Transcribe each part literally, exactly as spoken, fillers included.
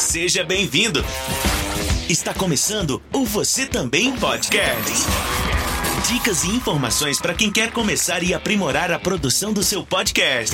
Seja bem-vindo. Está começando o Você Também Podcast. Dicas e informações para quem quer começar e aprimorar a produção do seu podcast.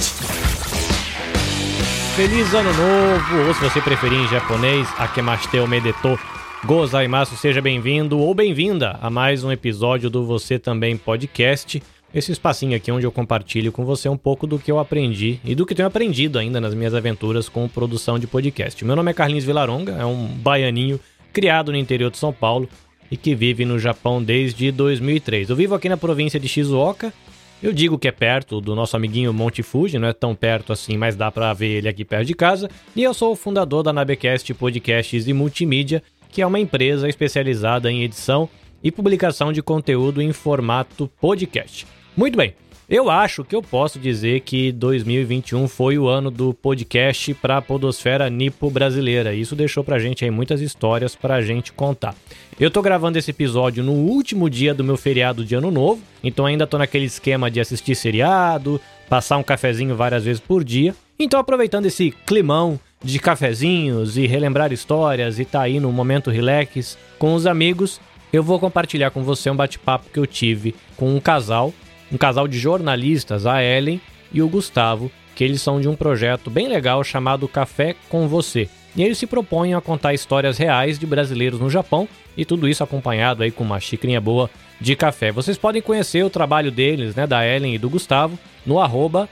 Feliz Ano Novo, ou se você preferir em japonês, Akemashite omedetou gozaimasu, seja bem-vindo ou bem-vinda a mais um episódio do Você Também Podcast. Esse espacinho aqui onde eu compartilho com você um pouco do que eu aprendi e do que tenho aprendido ainda nas minhas aventuras com produção de podcast. Meu nome é Carlinhos Villaronga, é um baianinho criado no interior de São Paulo e que vive no Japão desde dois mil e três. Eu vivo aqui na província de Shizuoka. Eu digo que é perto do nosso amiguinho Monte Fuji, não é tão perto assim, mas dá pra ver ele aqui perto de casa. E eu sou o fundador da Nabecast Podcasts e Multimídia, que é uma empresa especializada em edição e publicação de conteúdo em formato podcast. Muito bem, eu acho que eu posso dizer que dois mil e vinte e um foi o ano do podcast para a podosfera nipo brasileira. Isso deixou pra gente aí muitas histórias pra gente contar. Eu tô gravando esse episódio no último dia do meu feriado de Ano Novo, então ainda tô naquele esquema de assistir seriado, passar um cafezinho várias vezes por dia. Então, aproveitando esse climão de cafezinhos e relembrar histórias e tá aí no momento relax com os amigos, eu vou compartilhar com você um bate-papo que eu tive com um casal, um casal de jornalistas, a Ellen e o Gustavo, que eles são de um projeto bem legal chamado Café com Você. E eles se propõem a contar histórias reais de brasileiros no Japão, e tudo isso acompanhado aí com uma xicrinha boa de café. Vocês podem conhecer o trabalho deles, né, da Ellen e do Gustavo, no arroba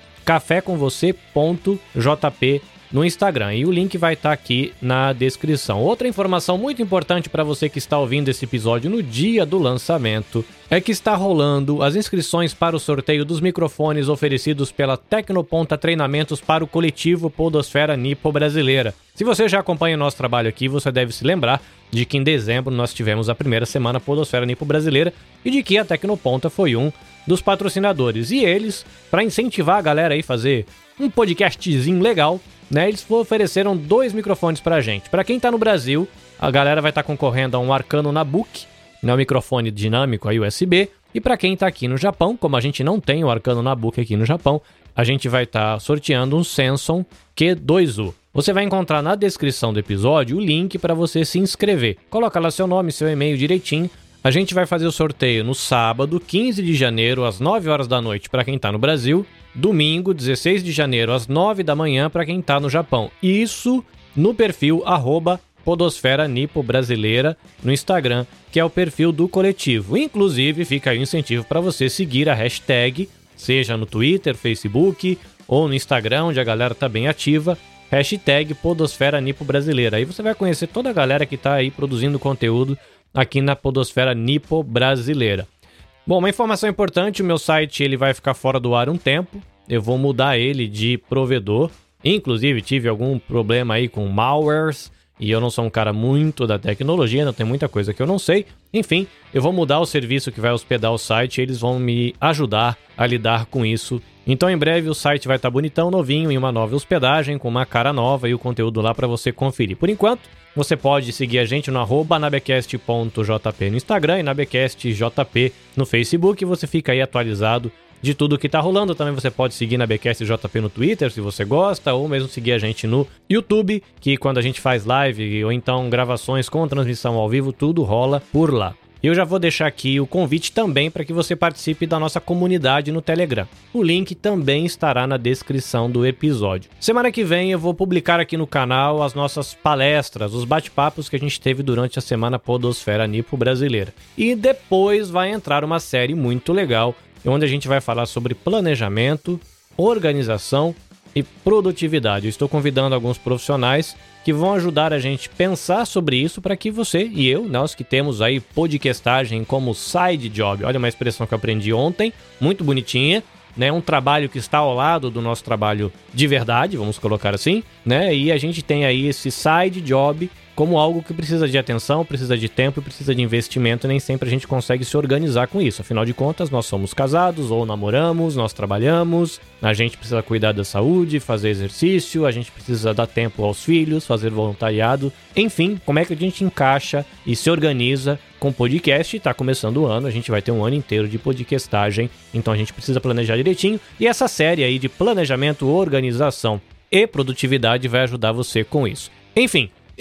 cafécomvocê.jp no Instagram. E o link vai estar aqui na descrição. Outra informação muito importante para você que está ouvindo esse episódio no dia do lançamento é que está rolando as inscrições para o sorteio dos microfones oferecidos pela Tecnoponta Treinamentos para o coletivo Podosfera Nipo Brasileira. Se você já acompanha o nosso trabalho aqui, você deve se lembrar de que em dezembro nós tivemos a primeira semana Podosfera Nipo Brasileira e de que a Tecnoponta foi um dos patrocinadores. E eles, para incentivar a galera aí a fazer um podcastzinho legal, né, eles ofereceram dois microfones pra gente. Pra quem tá no Brasil, a galera vai estar tá concorrendo a um Arcano Nabuc, né, um microfone dinâmico aí U S B. E pra quem tá aqui no Japão, como a gente não tem o Arcano Nabuc aqui no Japão, a gente vai estar tá sorteando um Samsung Q dois U. Você vai encontrar na descrição do episódio o link para você se inscrever. Coloca lá seu nome, seu e-mail direitinho. A gente vai fazer o sorteio no sábado, quinze de janeiro, às nove horas da noite, para quem tá no Brasil. Domingo, dezesseis de janeiro, às nove da manhã, para quem tá no Japão. Isso no perfil arroba Podosfera Nipo Brasileira no Instagram, que é o perfil do coletivo. Inclusive, fica aí um incentivo para você seguir a hashtag, seja no Twitter, Facebook ou no Instagram, onde a galera tá bem ativa, hashtag Podosfera Nipo Brasileira. Aí você vai conhecer toda a galera que tá aí produzindo conteúdo aqui na Podosfera Nipo Brasileira. Bom, uma informação importante, o meu site ele vai ficar fora do ar um tempo, eu vou mudar ele de provedor, inclusive tive algum problema aí com malwares, e eu não sou um cara muito da tecnologia, não tem muita coisa que eu não sei, enfim, eu vou mudar o serviço que vai hospedar o site, eles vão me ajudar a lidar com isso. Então em breve o site vai estar bonitão, novinho, em uma nova hospedagem, com uma cara nova e o conteúdo lá para você conferir. Por enquanto, você pode seguir a gente no arroba nabecast ponto jp no Instagram e nabecastjp no Facebook, e você fica aí atualizado de tudo que tá rolando. Também você pode seguir nabecastjp no Twitter, se você gosta, ou mesmo seguir a gente no YouTube, que quando a gente faz live ou então gravações com transmissão ao vivo, tudo rola por lá. Eu já vou deixar aqui o convite também para que você participe da nossa comunidade no Telegram. O link também estará na descrição do episódio. Semana que vem eu vou publicar aqui no canal as nossas palestras, os bate-papos que a gente teve durante a semana Podosfera Nipo Brasileira. E depois vai entrar uma série muito legal, onde a gente vai falar sobre planejamento, organização e produtividade. Eu estou convidando alguns profissionais que vão ajudar a gente a pensar sobre isso para que você e eu, nós que temos aí podcastagem como side job, olha uma expressão que eu aprendi ontem, muito bonitinha, né? Um trabalho que está ao lado do nosso trabalho de verdade, vamos colocar assim, né? E a gente tem aí esse side job como algo que precisa de atenção, precisa de tempo e precisa de investimento, e nem sempre a gente consegue se organizar com isso. Afinal de contas, nós somos casados ou namoramos, nós trabalhamos, a gente precisa cuidar da saúde, fazer exercício, a gente precisa dar tempo aos filhos, fazer voluntariado. Enfim, como é que a gente encaixa e se organiza com podcast? Tá começando o ano, a gente vai ter um ano inteiro de podcastagem, então a gente precisa planejar direitinho. E essa série aí de planejamento, organização e produtividade vai ajudar você com isso. Enfim,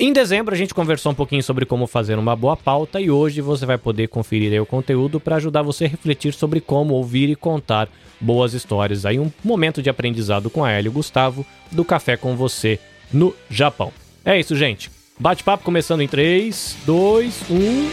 Em dezembro a gente conversou um pouquinho sobre como fazer uma boa pauta e hoje você vai poder conferir aí o conteúdo para ajudar você a refletir sobre como ouvir e contar boas histórias. Aí um momento de aprendizado com a Elia e o Gustavo do Café com Você no Japão. É isso, gente. Bate-papo começando em três, dois, um...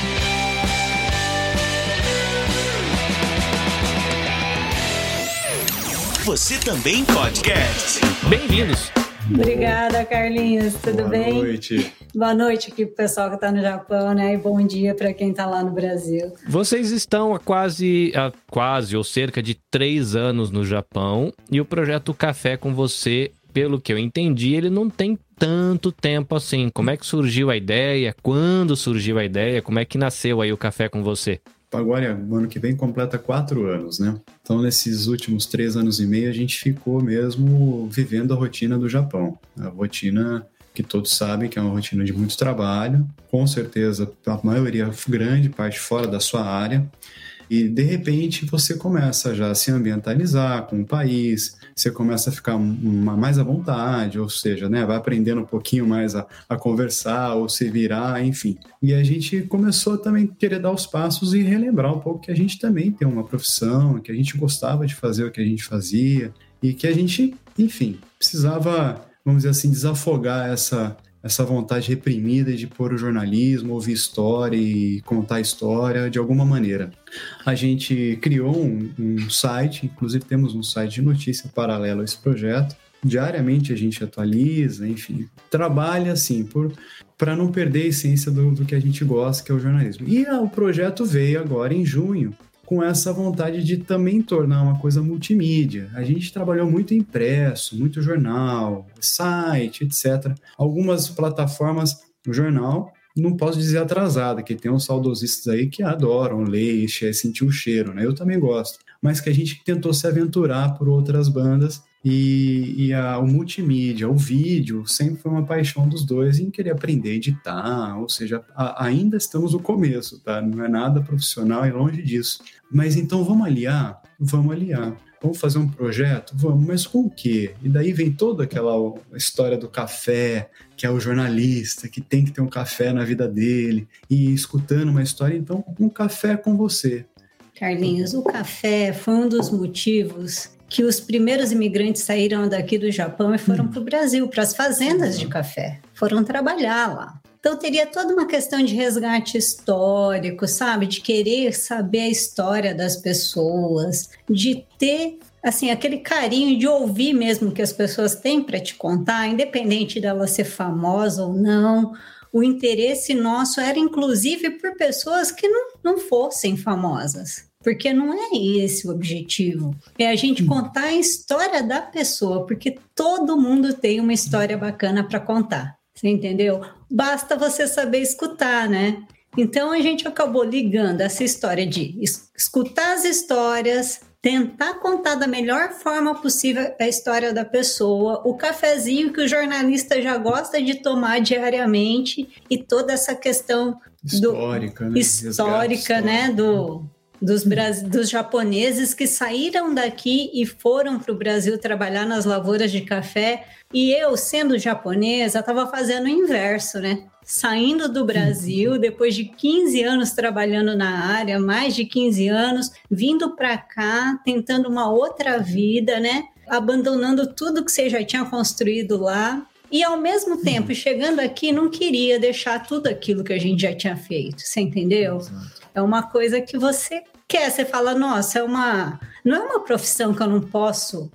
Você também podcast. Bem-vindos. Obrigada, Carlinhos. Tudo Boa bem? Boa noite. Boa noite aqui pro pessoal que está no Japão, né? E bom dia para quem está lá no Brasil. Vocês estão há quase, há quase ou cerca de três anos no Japão e o projeto Café com Você, pelo que eu entendi, ele não tem tanto tempo assim. Como é que surgiu a ideia? Quando surgiu a ideia? Como é que nasceu aí o Café com Você? Agora, no ano que vem, completa quatro anos, né? Então, nesses últimos três anos e meio, a gente ficou mesmo vivendo a rotina do Japão. A rotina que todos sabem que é uma rotina de muito trabalho, com certeza a maioria grande parte fora da sua área. E, de repente, você começa já a se ambientalizar com o país, você começa a ficar uma, mais à vontade, ou seja, né, vai aprendendo um pouquinho mais a, a conversar ou se virar, enfim. E a gente começou também a querer dar os passos e relembrar um pouco que a gente também tem uma profissão, que a gente gostava de fazer o que a gente fazia e que a gente, enfim, precisava, vamos dizer assim, desafogar essa... essa vontade reprimida de pôr o jornalismo, ouvir história e contar história de alguma maneira. A gente criou um, um site, inclusive temos um site de notícia paralelo a esse projeto. Diariamente a gente atualiza, enfim, trabalha assim, para não perder a essência do, do que a gente gosta, que é o jornalismo. E ah, o projeto veio agora em junho, com essa vontade de também tornar uma coisa multimídia. A gente trabalhou muito impresso, muito jornal, site, etcétera. Algumas plataformas, o jornal, não posso dizer atrasada, que tem uns saudosistas aí que adoram ler e sentir o cheiro, né? Eu também gosto. Mas que a gente tentou se aventurar por outras bandas e, e a, o multimídia, o vídeo, sempre foi uma paixão dos dois em querer aprender a editar, ou seja, a, ainda estamos no começo, tá? Não é nada profissional e longe disso. Mas então vamos aliar? Vamos aliar. Vamos fazer um projeto? Vamos, mas com o quê? E daí vem toda aquela história do café, que é o jornalista, que tem que ter um café na vida dele, e escutando uma história, então um café com você. Carlinhos, o café foi um dos motivos que os primeiros imigrantes saíram daqui do Japão e foram hum. para o Brasil, para as fazendas de café. Foram trabalhar lá. Então, teria toda uma questão de resgate histórico, sabe? De querer saber a história das pessoas, de ter, assim, aquele carinho de ouvir mesmo que as pessoas têm para te contar, independente dela ser famosa ou não. O interesse nosso era, inclusive, por pessoas que não, não fossem famosas. Porque não é esse o objetivo. É a gente contar a história da pessoa, porque todo mundo tem uma história bacana para contar. Você entendeu? Basta você saber escutar, né? Então, a gente acabou ligando essa história de escutar as histórias, tentar contar da melhor forma possível a história da pessoa, o cafezinho que o jornalista já gosta de tomar diariamente e toda essa questão histórica, do, né? histórica, né? Do... Dos, dos japoneses que saíram daqui e foram para o Brasil trabalhar nas lavouras de café. E eu, sendo japonesa, estava fazendo o inverso, né? Saindo do Brasil, depois de quinze anos trabalhando na área, mais de quinze anos, vindo para cá, tentando uma outra vida, né? Abandonando tudo que você já tinha construído lá. E, ao mesmo tempo, chegando aqui, não queria deixar tudo aquilo que a gente já tinha feito, você entendeu? Exato. É uma coisa que você quer, você fala, nossa, é uma, não é uma profissão que eu não posso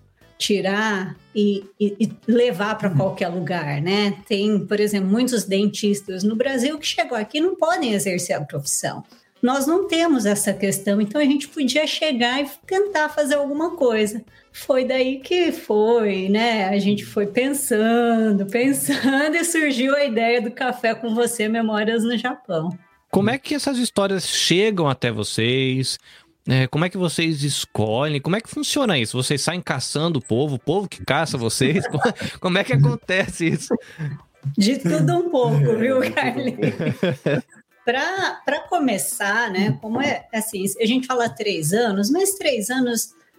tirar e, e, e levar para qualquer lugar, né? Tem, por exemplo, muitos dentistas no Brasil que chegam aqui e não podem exercer a profissão. Nós não temos essa questão, então a gente podia chegar e tentar fazer alguma coisa. Foi daí que foi, né? A gente foi pensando, pensando e surgiu a ideia do Café com Você, Memórias no Japão. Como é que essas histórias chegam até vocês? É, como é que vocês escolhem? Como é que funciona isso? Vocês saem caçando o povo? O povo que caça vocês? Como, como é que acontece isso? De tudo um pouco, viu, Carlinhos? Para começar, né? Como é assim, a gente fala três anos, mas três anos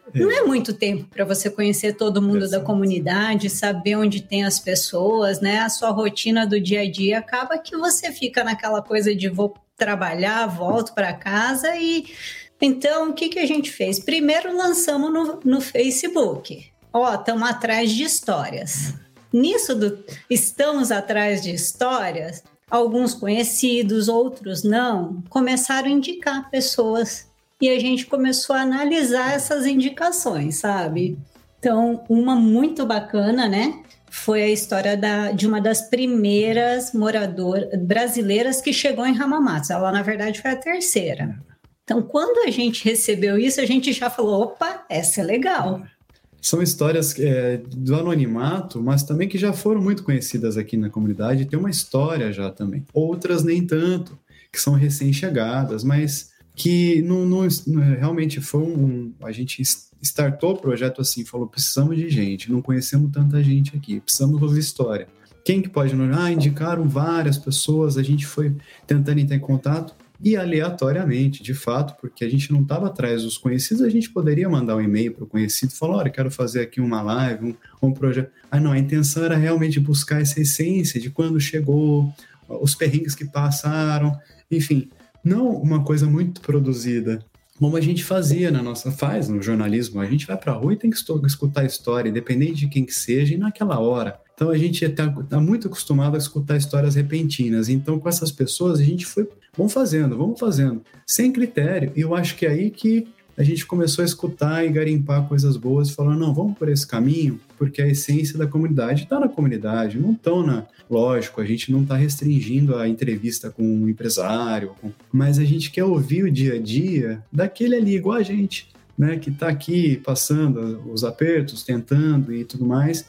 Não é muito tempo para você conhecer todo mundo Exato. Da comunidade, saber onde tem as pessoas, né? A sua rotina do dia a dia acaba que você fica naquela coisa de vou trabalhar, volto para casa e... Então, o que, que a gente fez? Primeiro lançamos no, no Facebook. Ó, estamos atrás de histórias. Nisso do estamos atrás de histórias, alguns conhecidos, outros não, começaram a indicar pessoas. E a gente começou a analisar essas indicações, sabe? Então, uma muito bacana, né? Foi a história da, de uma das primeiras moradoras brasileiras que chegou em Hamamatsu. Ela, na verdade, foi a terceira. Então, quando a gente recebeu isso, a gente já falou, opa, essa é legal. São histórias é, do anonimato, mas também que já foram muito conhecidas aqui na comunidade, tem uma história já também. Outras nem tanto, que são recém-chegadas, mas que não, não, realmente foi um... A gente startou o projeto assim, falou, precisamos de gente, não conhecemos tanta gente aqui, precisamos ouvir história. Quem que pode... Ah, indicaram várias pessoas, a gente foi tentando entrar em contato, e aleatoriamente, de fato, porque a gente não estava atrás dos conhecidos, a gente poderia mandar um e-mail para o conhecido e falar, olha, quero fazer aqui uma live, um, um projeto. Ah, não, a intenção era realmente buscar essa essência de quando chegou, os perrengues que passaram, enfim, não uma coisa muito produzida, como a gente fazia na nossa, faz no jornalismo, a gente vai para a rua e tem que escutar a história, independente de quem que seja, e naquela hora. Então, a gente está tá muito acostumado a escutar histórias repentinas. Então, com essas pessoas, a gente foi, vamos fazendo, vamos fazendo, sem critério. E eu acho que é aí que a gente começou a escutar e garimpar coisas boas, falando, não, vamos por esse caminho, porque a essência da comunidade está na comunidade, não estão na... Lógico, a gente não está restringindo a entrevista com um empresário, com... mas a gente quer ouvir o dia a dia daquele ali, igual a gente, né, que está aqui passando os apertos, tentando e tudo mais,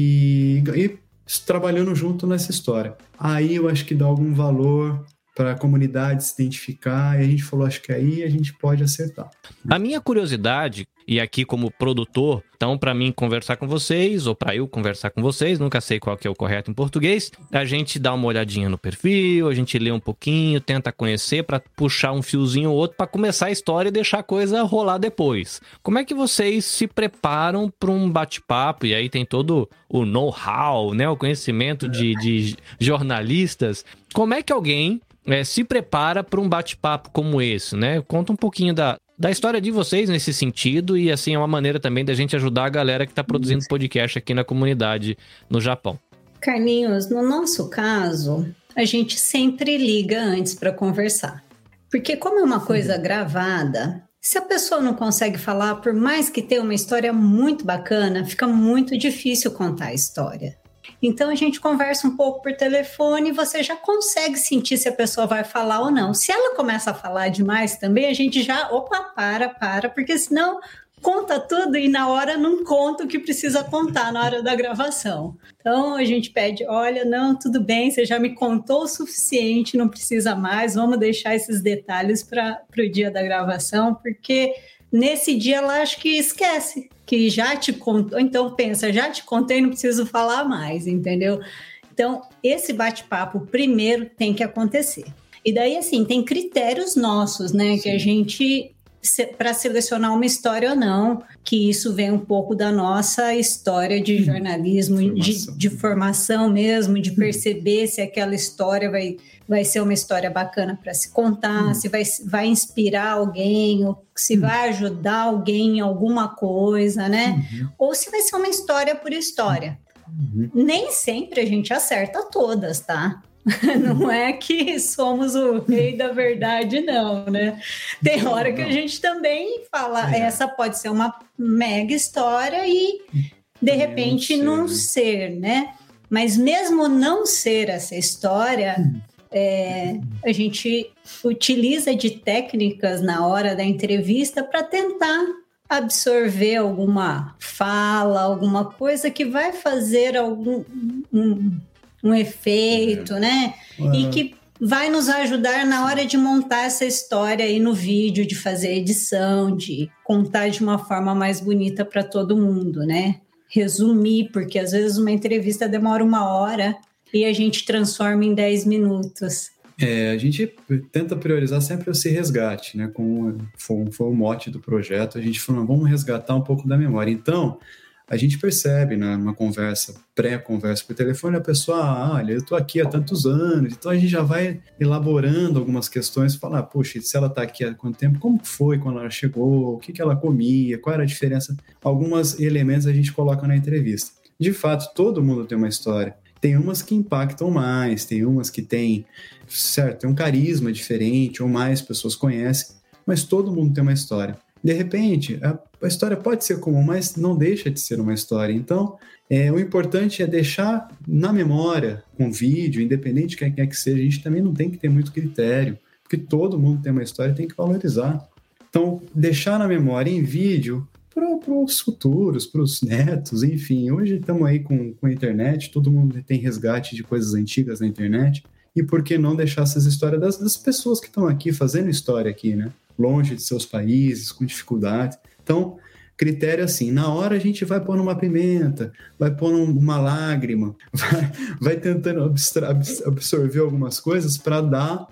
E, e trabalhando junto nessa história. Aí eu acho que dá algum valor para a comunidade se identificar, e a gente falou, acho que aí a gente pode acertar. A minha curiosidade, e aqui como produtor, então para mim conversar com vocês, ou para eu conversar com vocês, nunca sei qual que é o correto em português, a gente dá uma olhadinha no perfil, a gente lê um pouquinho, tenta conhecer para puxar um fiozinho ou outro para começar a história e deixar a coisa rolar depois. Como é que vocês se preparam para um bate-papo? E aí tem todo o know-how, né, o conhecimento de, de jornalistas. Como é que alguém é, se prepara para um bate-papo como esse, né? Conta um pouquinho da, da história de vocês nesse sentido e, assim, é uma maneira também da gente ajudar a galera que está produzindo podcast aqui na comunidade no Japão. Carlinhos, no nosso caso, a gente sempre liga antes para conversar. Porque como é uma coisa gravada, se a pessoa não consegue falar, por mais que tenha uma história muito bacana, fica muito difícil contar a história. Então, a gente conversa um pouco por telefone e você já consegue sentir se a pessoa vai falar ou não. Se ela começa a falar demais também, a gente já, opa, para, para, porque senão conta tudo e na hora não conta o que precisa contar na hora da gravação. Então, a gente pede, olha, não, tudo bem, você já me contou o suficiente, não precisa mais, vamos deixar esses detalhes para o dia da gravação, porque nesse dia ela acho que esquece, que já te contou, então pensa, já te contei, não preciso falar mais, entendeu? Então, esse bate-papo primeiro tem que acontecer. E daí, assim, tem critérios nossos, né, Sim. que a gente, para selecionar uma história ou não, que isso vem um pouco da nossa história de jornalismo, formação. De, de formação mesmo, de perceber se aquela história vai, vai ser uma história bacana para se contar, hum. se vai, vai inspirar alguém, ou se hum. vai ajudar alguém em alguma coisa, né? Uhum. Ou se vai ser uma história por história. Uhum. Nem sempre a gente acerta todas, tá? Não é que somos o rei da verdade, não, né? Tem hora que a gente também fala, é. essa pode ser uma mega história e, de repente, não ser, né? Mas mesmo não ser essa história, é, a gente utiliza de técnicas na hora da entrevista para tentar absorver alguma fala, alguma coisa que vai fazer algum... Um, um efeito, é. né? É. E que vai nos ajudar na hora de montar essa história aí no vídeo, de fazer edição, de contar de uma forma mais bonita para todo mundo, né? Resumir, porque às vezes uma entrevista demora uma hora e a gente transforma em dez minutos. É, a gente tenta priorizar sempre esse resgate, né? Como foi, foi o mote do projeto, a gente falou, vamos resgatar um pouco da memória. Então, a gente percebe, né, numa conversa, pré-conversa por telefone, a pessoa, ah, olha, eu estou aqui há tantos anos, então a gente já vai elaborando algumas questões, falar, poxa, se ela está aqui há quanto tempo, como foi quando ela chegou, o que, que ela comia, qual era a diferença, alguns elementos a gente coloca na entrevista. De fato, todo mundo tem uma história. Tem umas que impactam mais, tem umas que tem, certo, tem um carisma diferente, ou mais pessoas conhecem, mas todo mundo tem uma história. De repente, a, a história pode ser comum, mas não deixa de ser uma história. Então, é, o importante é deixar na memória, com vídeo, independente de quem quer que seja, a gente também não tem que ter muito critério, porque todo mundo tem uma história e tem que valorizar. Então, deixar na memória em vídeo para os futuros, para os netos, enfim. Hoje estamos aí com, com a internet, todo mundo tem resgate de coisas antigas na internet, e por que não deixar essas histórias das, das pessoas que estão aqui, fazendo história aqui, né? Longe de seus países, com dificuldades. Então, critério assim, na hora a gente vai pôr uma pimenta, vai pôr uma lágrima, vai, vai tentando absorver algumas coisas para dar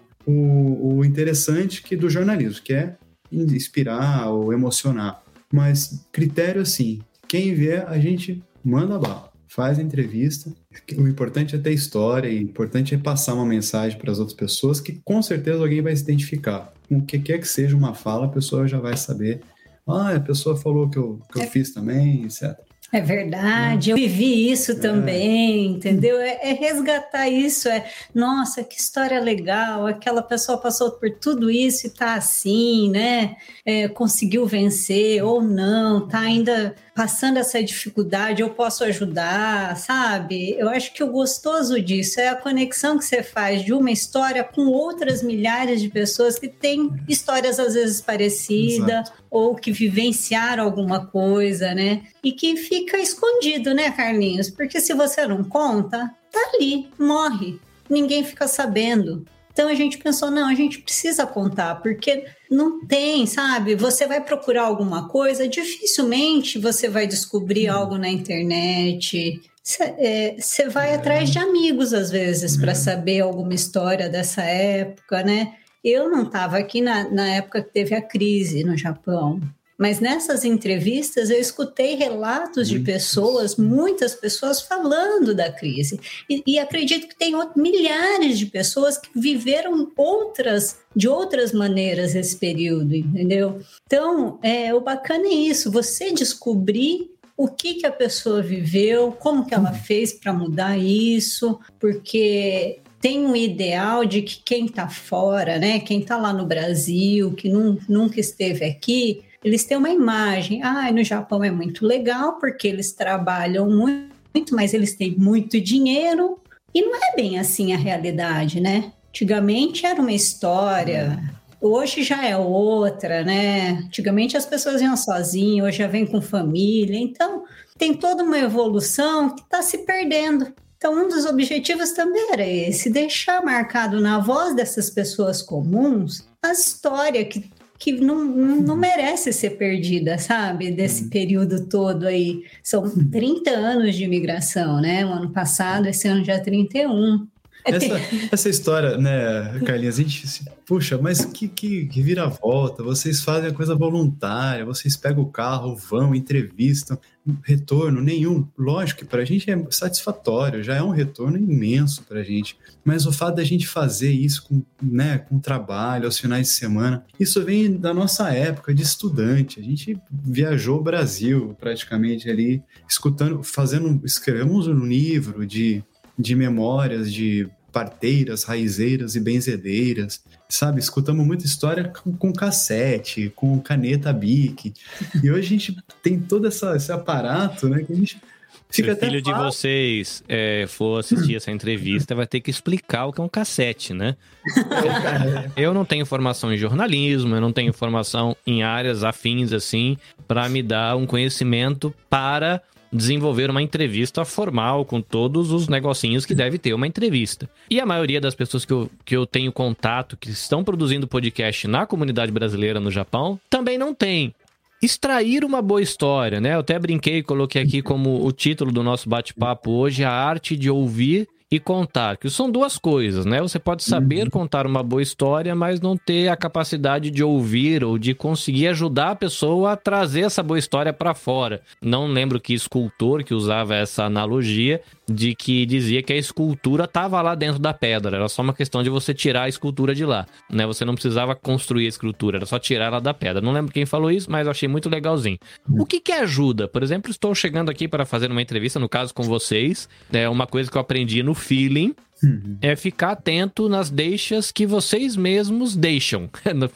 o, o interessante que do jornalismo, que é inspirar ou emocionar. Mas critério assim, quem vê, a gente manda bala, faz a entrevista. O importante é ter história, e o importante é passar uma mensagem para as outras pessoas que com certeza alguém vai se identificar. Com o que quer que seja uma fala, a pessoa já vai saber. Ah, a pessoa falou que eu, que eu é. fiz também, etcétera. É verdade, é. eu vivi isso é. também, entendeu? É, é resgatar isso, é, nossa, que história legal, aquela pessoa passou por tudo isso e tá assim, né? É, conseguiu vencer ou não, tá ainda passando essa dificuldade, eu posso ajudar, sabe? Eu acho que o gostoso disso é a conexão que você faz de uma história com outras milhares de pessoas que têm histórias às vezes parecidas, Exato. ou que vivenciaram alguma coisa, né? E que fica escondido, né, Carlinhos? Porque se você não conta, tá ali, morre. Ninguém fica sabendo. Então a gente pensou, não, a gente precisa contar, porque não tem, sabe? Você vai procurar alguma coisa, dificilmente você vai descobrir hum. algo na internet. Você é, vai é. atrás de amigos, às vezes, é. para saber alguma história dessa época, né? Eu não estava aqui na, na época que teve a crise no Japão. Mas nessas entrevistas eu escutei relatos de pessoas, muitas pessoas falando da crise. E, e acredito que tem outros, milhares de pessoas que viveram outras, de outras maneiras esse período, entendeu? Então, é, o bacana é isso, você descobrir o que, que a pessoa viveu, como que ela fez para mudar isso, porque tem um ideal de que quem está fora, né, quem está lá no Brasil, que num, nunca esteve aqui, eles têm uma imagem, ah, no Japão é muito legal porque eles trabalham muito, mas eles têm muito dinheiro, e não é bem assim a realidade, né? Antigamente era uma história, hoje já é outra, né? Antigamente as pessoas iam sozinhas, hoje já vem com família, então tem toda uma evolução que está se perdendo. Então um dos objetivos também era esse, deixar marcado na voz dessas pessoas comuns a história que que não, não merece ser perdida, sabe? Desse período todo aí. São trinta anos de imigração, né? O ano passado, esse ano já é trinta e um. Essa, essa história, né, Carlinhos, a gente se, puxa, mas que, que, que vira-volta, vocês fazem a coisa voluntária, vocês pegam o carro, vão, entrevistam, retorno nenhum. Lógico que pra gente é satisfatório, já é um retorno imenso pra gente, mas o fato da gente fazer isso com, né, com trabalho, aos finais de semana, isso vem da nossa época de estudante. A gente viajou o Brasil praticamente ali, escutando, fazendo, escrevemos um livro de de memórias de parteiras, raizeiras e benzedeiras, sabe? Escutamos muita história com, com cassete, com caneta Bic, e hoje a gente tem todo essa, esse aparato, né, que a gente fica até... Se o filho de vocês é, for assistir essa entrevista, vai ter que explicar o que é um cassete, né? Eu não tenho formação em jornalismo, eu não tenho formação em áreas afins, assim, para me dar um conhecimento para desenvolver uma entrevista formal com todos os negocinhos que deve ter uma entrevista. E a maioria das pessoas que eu, que eu tenho contato, que estão produzindo podcast na comunidade brasileira no Japão, também não tem. Extrair uma boa história, né? Eu até brinquei e coloquei aqui como o título do nosso bate-papo hoje, a arte de ouvir e contar, que são duas coisas, né? Você pode saber uhum. contar uma boa história, mas não ter a capacidade de ouvir ou de conseguir ajudar a pessoa a trazer essa boa história para fora. Não lembro que escultor que usava essa analogia, de que dizia que a escultura estava lá dentro da pedra, era só uma questão de você tirar a escultura de lá, né? Você não precisava construir a escultura, era só tirar ela da pedra. Não lembro quem falou isso, mas eu achei muito legalzinho. O que que ajuda? Por exemplo, estou chegando aqui para fazer uma entrevista, no caso com vocês, é uma coisa que eu aprendi no feeling, uhum. é ficar atento nas deixas que vocês mesmos deixam.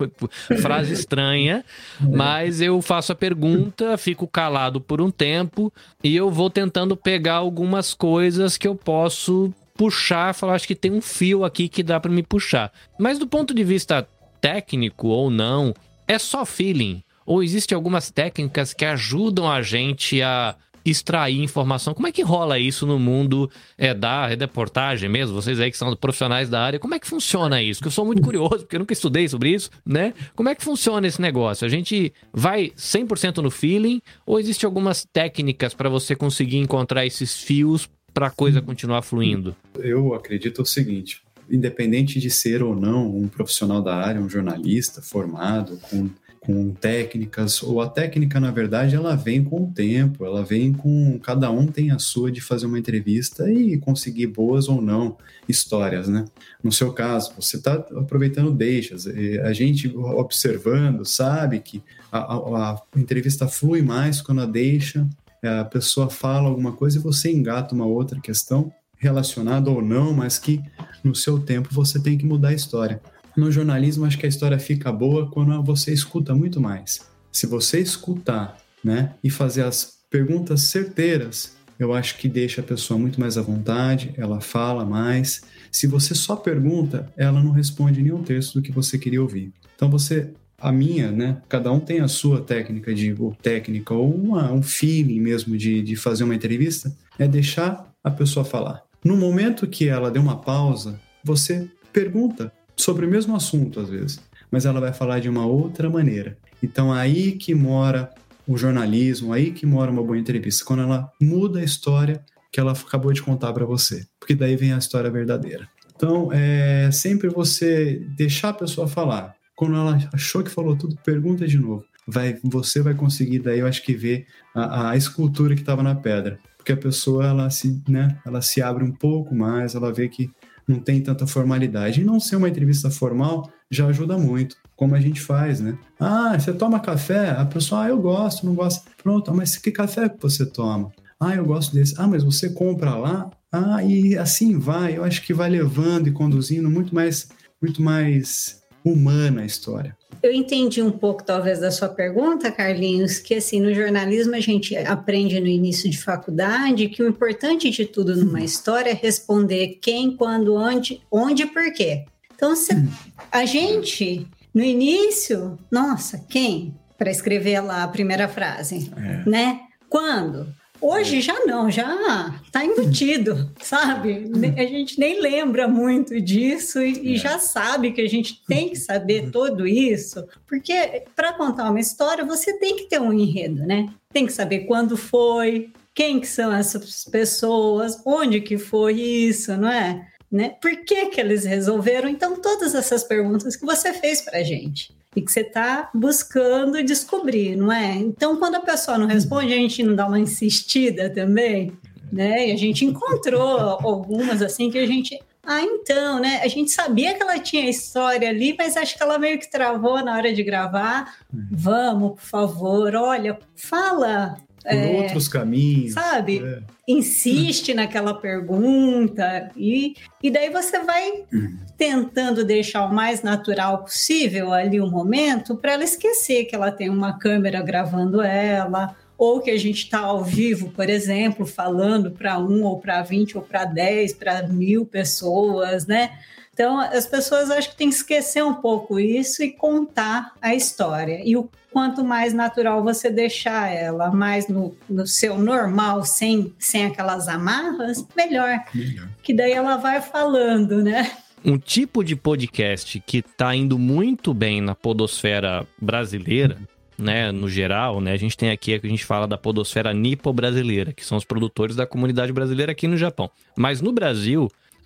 Frase estranha, mas eu faço a pergunta, fico calado por um tempo e eu vou tentando pegar algumas coisas que eu posso puxar, falar, acho que tem um fio aqui que dá para me puxar. Mas do ponto de vista técnico ou não, é só feeling? Ou existem algumas técnicas que ajudam a gente a extrair informação? Como é que rola isso no mundo é, da reportagem mesmo? Vocês aí que são profissionais da área, como é que funciona isso? Porque eu sou muito curioso, porque eu nunca estudei sobre isso, né? Como é que funciona esse negócio? A gente vai cem por cento no feeling ou existem algumas técnicas para você conseguir encontrar esses fios para a coisa continuar fluindo? Eu acredito o seguinte, independente de ser ou não um profissional da área, um jornalista formado, com com técnicas, ou a técnica, na verdade, ela vem com o tempo, ela vem com... Cada um tem a sua de fazer uma entrevista e conseguir boas ou não histórias, né? No seu caso, você está aproveitando deixas, a gente observando sabe que a, a, a entrevista flui mais quando a deixa, a pessoa fala alguma coisa e você engata uma outra questão relacionada ou não, mas que no seu tempo você tem que mudar a história. No jornalismo, acho que a história fica boa quando você escuta muito mais. Se você escutar, né, e fazer as perguntas certeiras, eu acho que deixa a pessoa muito mais à vontade, ela fala mais. Se você só pergunta, ela não responde nem um terço do que você queria ouvir. Então você, a minha, né, cada um tem a sua técnica, de, ou técnica, ou uma, um feeling mesmo de, de fazer uma entrevista, é deixar a pessoa falar. No momento que ela deu uma pausa, você pergunta sobre o mesmo assunto, às vezes, mas ela vai falar de uma outra maneira. Então, aí que mora o jornalismo, aí que mora uma boa entrevista, quando ela muda a história que ela acabou de contar para você, porque daí vem a história verdadeira. Então, é sempre você deixar a pessoa falar. Quando ela achou que falou tudo, pergunta de novo. Vai, você vai conseguir, daí eu acho que ver a, a escultura que estava na pedra, porque a pessoa, ela se, né, ela se abre um pouco mais, ela vê que não tem tanta formalidade. E não ser uma entrevista formal já ajuda muito, como a gente faz, né? Ah, você toma café? A pessoa, ah, eu gosto, não gosto. Pronto, mas que café que você toma? Ah, eu gosto desse. Ah, mas você compra lá? Ah, e assim vai. Eu acho que vai levando e conduzindo muito mais, muito mais humana a história. Eu entendi um pouco, talvez, da sua pergunta, Carlinhos, que assim, no jornalismo a gente aprende no início de faculdade que o importante de tudo numa história é responder quem, quando, onde, onde e por quê. Então, se a gente, no início, nossa, quem? Para escrever lá a primeira frase, é. né? Quando? Hoje já não, já está embutido, sabe? A gente nem lembra muito disso e, e já sabe que a gente tem que saber tudo isso, porque para contar uma história você tem que ter um enredo, né? Tem que saber quando foi, quem que são essas pessoas, onde que foi isso, não é? Né? Por que que eles resolveram? Então, todas essas perguntas que você fez para a gente e que você está buscando descobrir, não é? Então, quando a pessoa não responde, a gente não dá uma insistida também, né? E a gente encontrou algumas assim que a gente... Ah, então, né? A gente sabia que ela tinha história ali, mas acho que ela meio que travou na hora de gravar. Vamos, por favor, olha, fala... Por é, outros caminhos. Sabe? É. Insiste naquela pergunta e, e daí você vai tentando deixar o mais natural possível ali o momento para ela esquecer que ela tem uma câmera gravando ela ou que a gente está ao vivo, por exemplo, falando para um ou para vinte ou para dez, para mil pessoas, né? Então, as pessoas acho que tem que esquecer um pouco isso e contar a história. E o quanto mais natural você deixar ela, mais no, no seu normal, sem, sem aquelas amarras, melhor. melhor. Que daí ela vai falando, né? Um tipo de podcast que está indo muito bem na podosfera brasileira, né, no geral, né, a gente tem aqui, a gente fala da podosfera nipo-brasileira, que são os produtores da comunidade brasileira aqui no Japão. Mas no Brasil...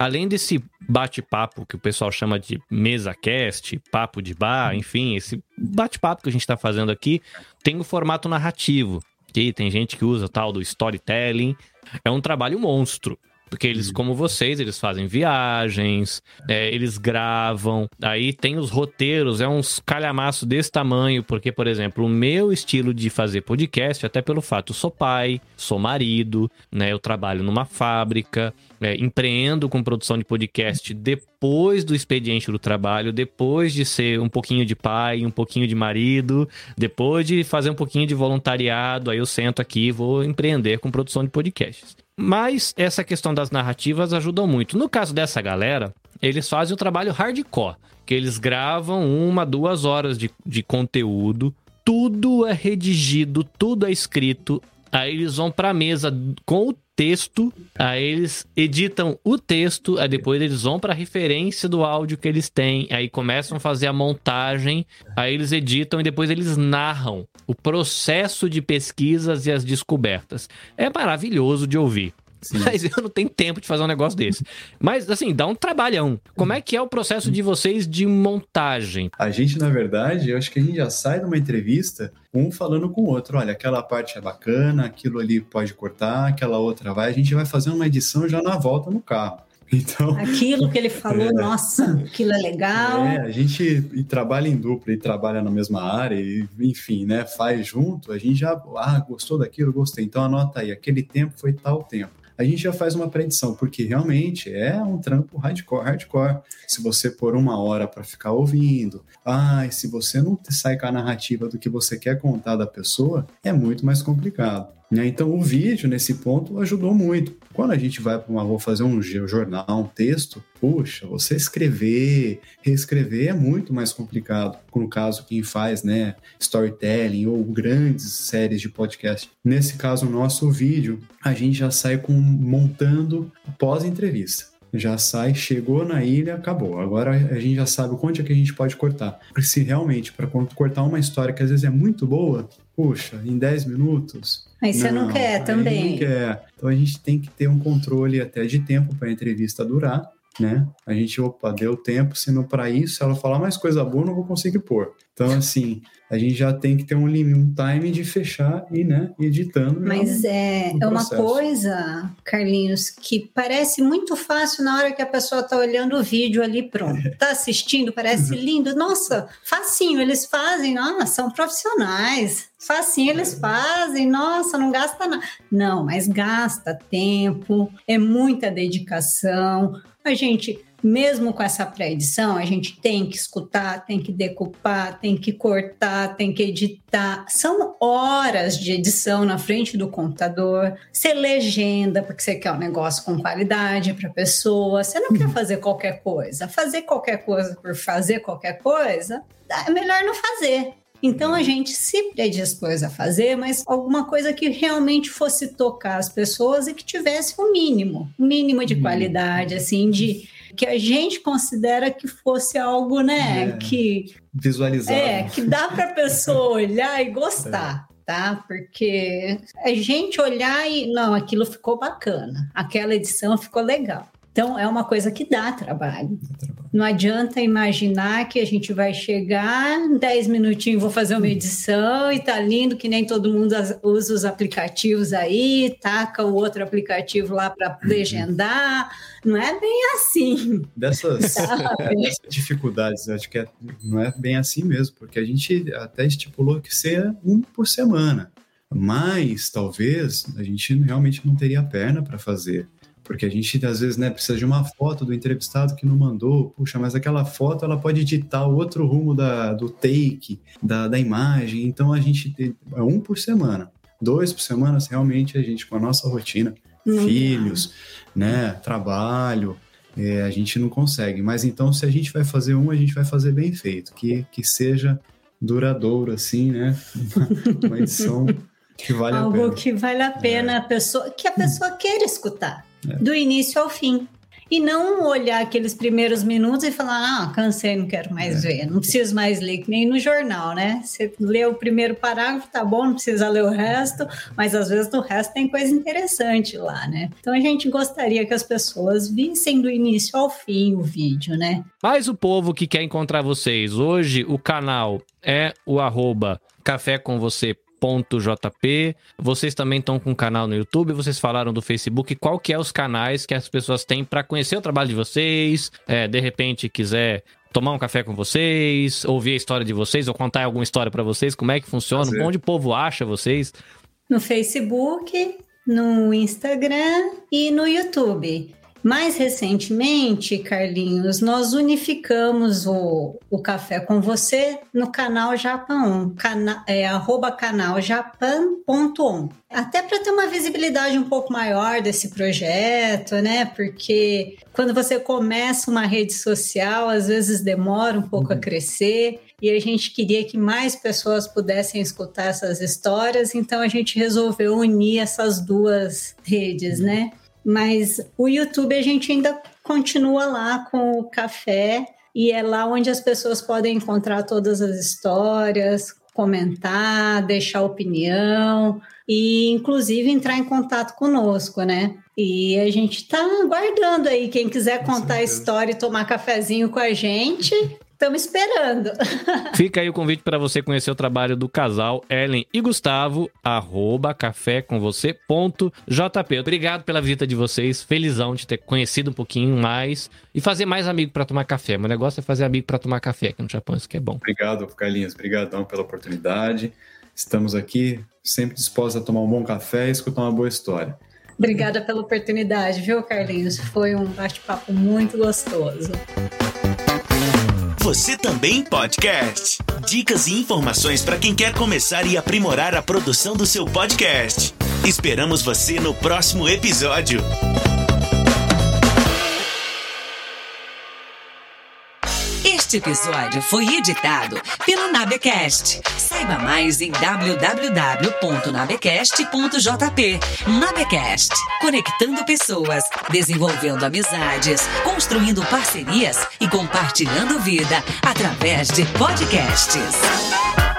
além desse bate-papo que o pessoal chama de mesa-cast, papo de bar, enfim, esse bate-papo que a gente está fazendo aqui, tem o formato narrativo, que tem gente que usa tal do storytelling. É um trabalho monstro. Porque eles, como vocês, eles fazem viagens, é, eles gravam, aí tem os roteiros, é uns calhamaço desse tamanho, porque, por exemplo, o meu estilo de fazer podcast, até pelo fato, eu sou pai, sou marido, né, eu trabalho numa fábrica, é, empreendo com produção de podcast depois do expediente do trabalho, depois de ser um pouquinho de pai, um pouquinho de marido, depois de fazer um pouquinho de voluntariado, aí eu sento aqui e vou empreender com produção de podcasts. Mas essa questão das narrativas ajudou muito. No caso dessa galera, eles fazem o trabalho hardcore, que eles gravam uma, duas horas de, de conteúdo, tudo é redigido, tudo é escrito, aí eles vão pra mesa com o texto, aí eles editam o texto, aí depois eles vão para a referência do áudio que eles têm, aí começam a fazer a montagem, aí eles editam e depois eles narram o processo de pesquisas e as descobertas. É maravilhoso de ouvir. Sim. Mas eu não tenho tempo de fazer um negócio desse. Mas, assim, dá um trabalhão. Como é que é o processo de vocês de montagem? A gente, na verdade, eu acho que a gente já sai de uma entrevista, um falando com o outro. Olha, aquela parte é bacana, aquilo ali pode cortar, aquela outra vai. A gente vai fazer uma edição já na volta no carro. Então, aquilo que ele falou, é, nossa, aquilo é legal. É, a gente e trabalha em dupla e trabalha na mesma área, e, enfim, né, faz junto, a gente já, ah, gostou daquilo, gostei, então anota aí, aquele tempo foi tal tempo. A gente já faz uma pré-edição, porque realmente é um trampo hardcore, hardcore. Se você pôr uma hora para ficar ouvindo, ah, e se você não sai com a narrativa do que você quer contar da pessoa, é muito mais complicado. Né? Então o vídeo, nesse ponto, ajudou muito. Quando a gente vai para uma rua fazer um jornal, um texto, puxa, você escrever, reescrever é muito mais complicado. No caso, quem faz, né, storytelling ou grandes séries de podcast. Nesse caso, o nosso vídeo, a gente já sai com, montando pós-entrevista. Já sai, chegou na ilha, acabou. Agora a gente já sabe onde é que a gente pode cortar. Porque se realmente, para cortar uma história que às vezes é muito boa, puxa, em dez minutos... Aí você não, não quer também. Não quer. Então a gente tem que ter um controle até de tempo para a entrevista durar, né? A gente, opa, deu tempo, se não para isso, se ela falar mais coisa boa, não vou conseguir pôr. Então, assim, a gente já tem que ter um limite, um time de fechar e, né, editando. Mas é, é uma coisa, Carlinhos, que parece muito fácil na hora que a pessoa está olhando o vídeo ali, pronto. Está assistindo, parece lindo. Nossa, facinho, eles fazem, nossa, são profissionais. Facinho eles fazem, nossa, não gasta nada. Não, mas gasta tempo, é muita dedicação. A gente, mesmo com essa pré-edição, a gente tem que escutar, tem que decupar, tem que cortar, tem que editar. São horas de edição na frente do computador. Você legenda, porque você quer um negócio com qualidade para a pessoa. Você não quer fazer qualquer coisa. Fazer qualquer coisa por fazer qualquer coisa, é melhor não fazer. Então, a gente se predispôs a fazer, mas alguma coisa que realmente fosse tocar as pessoas e que tivesse um mínimo, um mínimo de qualidade, assim, de que a gente considera que fosse algo, né, é, que... visualizar. É, que dá para a pessoa olhar e gostar. É. Tá? Porque a gente olhar e, não, aquilo ficou bacana, aquela edição ficou legal. Então, é uma coisa que dá trabalho. Não adianta imaginar que a gente vai chegar, em dez minutinhos vou fazer uma edição e tá lindo, que nem todo mundo usa os aplicativos aí, taca o outro aplicativo lá para legendar. Não é bem assim. Dessas, dessas dificuldades, acho que é, não é bem assim mesmo, porque a gente até estipulou que seria um por semana. Mas, talvez, a gente realmente não teria perna para fazer. Porque a gente, às vezes, né, precisa de uma foto do entrevistado que não mandou. Puxa, mas aquela foto, ela pode ditar o outro rumo da, do take, da, da imagem. Então, a gente tem é um por semana. Dois por semana, realmente, a gente, com a nossa rotina, não filhos, dá. Né, trabalho, é, a gente não consegue. Mas, então, se a gente vai fazer um, a gente vai fazer bem feito. Que, que seja duradouro, assim, né? Uma, uma edição que vale Algo a pena. Algo que vale a pena, é. a pessoa, que a pessoa queira escutar. É. Do início ao fim. e não olhar aqueles primeiros minutos e falar, ah, cansei, não quero mais ver, não preciso mais ler, que nem no jornal, né? Você lê o primeiro parágrafo, tá bom, não precisa ler o resto, mas às vezes no resto tem coisa interessante lá, né? Então a gente gostaria que as pessoas vissem do início ao fim o vídeo, né? Mas o povo que quer encontrar vocês, hoje o canal é o arroba café com você ponto jp. Vocês também estão com um canal no YouTube, vocês falaram do Facebook. Qual que é os canais que as pessoas têm para conhecer o trabalho de vocês? É, de repente quiser tomar um café com vocês, ouvir a história de vocês ou contar alguma história para vocês, como é que funciona? Prazer. Onde o povo acha vocês? No Facebook, no Instagram e no YouTube. Mais recentemente, Carlinhos, nós unificamos o, o Café com Você no canal Japan, cana, é, arroba canal japan ponto on. Até para ter uma visibilidade um pouco maior desse projeto, né? Porque quando você começa uma rede social, às vezes demora um pouco uhum. a crescer. E a gente queria que mais pessoas pudessem escutar essas histórias, então a gente resolveu unir essas duas redes, né? Mas o YouTube a gente ainda continua lá com o café e é lá onde as pessoas podem encontrar todas as histórias, comentar, deixar opinião e inclusive entrar em contato conosco, né? E a gente tá aguardando aí, quem quiser contar a história e tomar cafezinho com a gente... Estamos esperando. Fica aí o convite para você conhecer o trabalho do casal Ellen e Gustavo, arroba café com você ponto jp. Obrigado pela visita de vocês, felizão de ter conhecido um pouquinho mais e fazer mais amigo para tomar café. Meu negócio é fazer amigo para tomar café aqui no Japão, isso que é bom. Obrigado, Carlinhos, obrigadão pela oportunidade. Estamos aqui sempre dispostos a tomar um bom café e escutar uma boa história. Obrigada pela oportunidade, viu, Carlinhos? Foi um bate-papo muito gostoso. Você também podcast. Dicas e informações para quem quer começar e aprimorar a produção do seu podcast. Esperamos você no próximo episódio. Este episódio foi editado pelo Nabecast. Saiba mais em w w w ponto nabecast ponto jp. Nabecast, conectando pessoas, desenvolvendo amizades, construindo parcerias e compartilhando vida através de podcasts.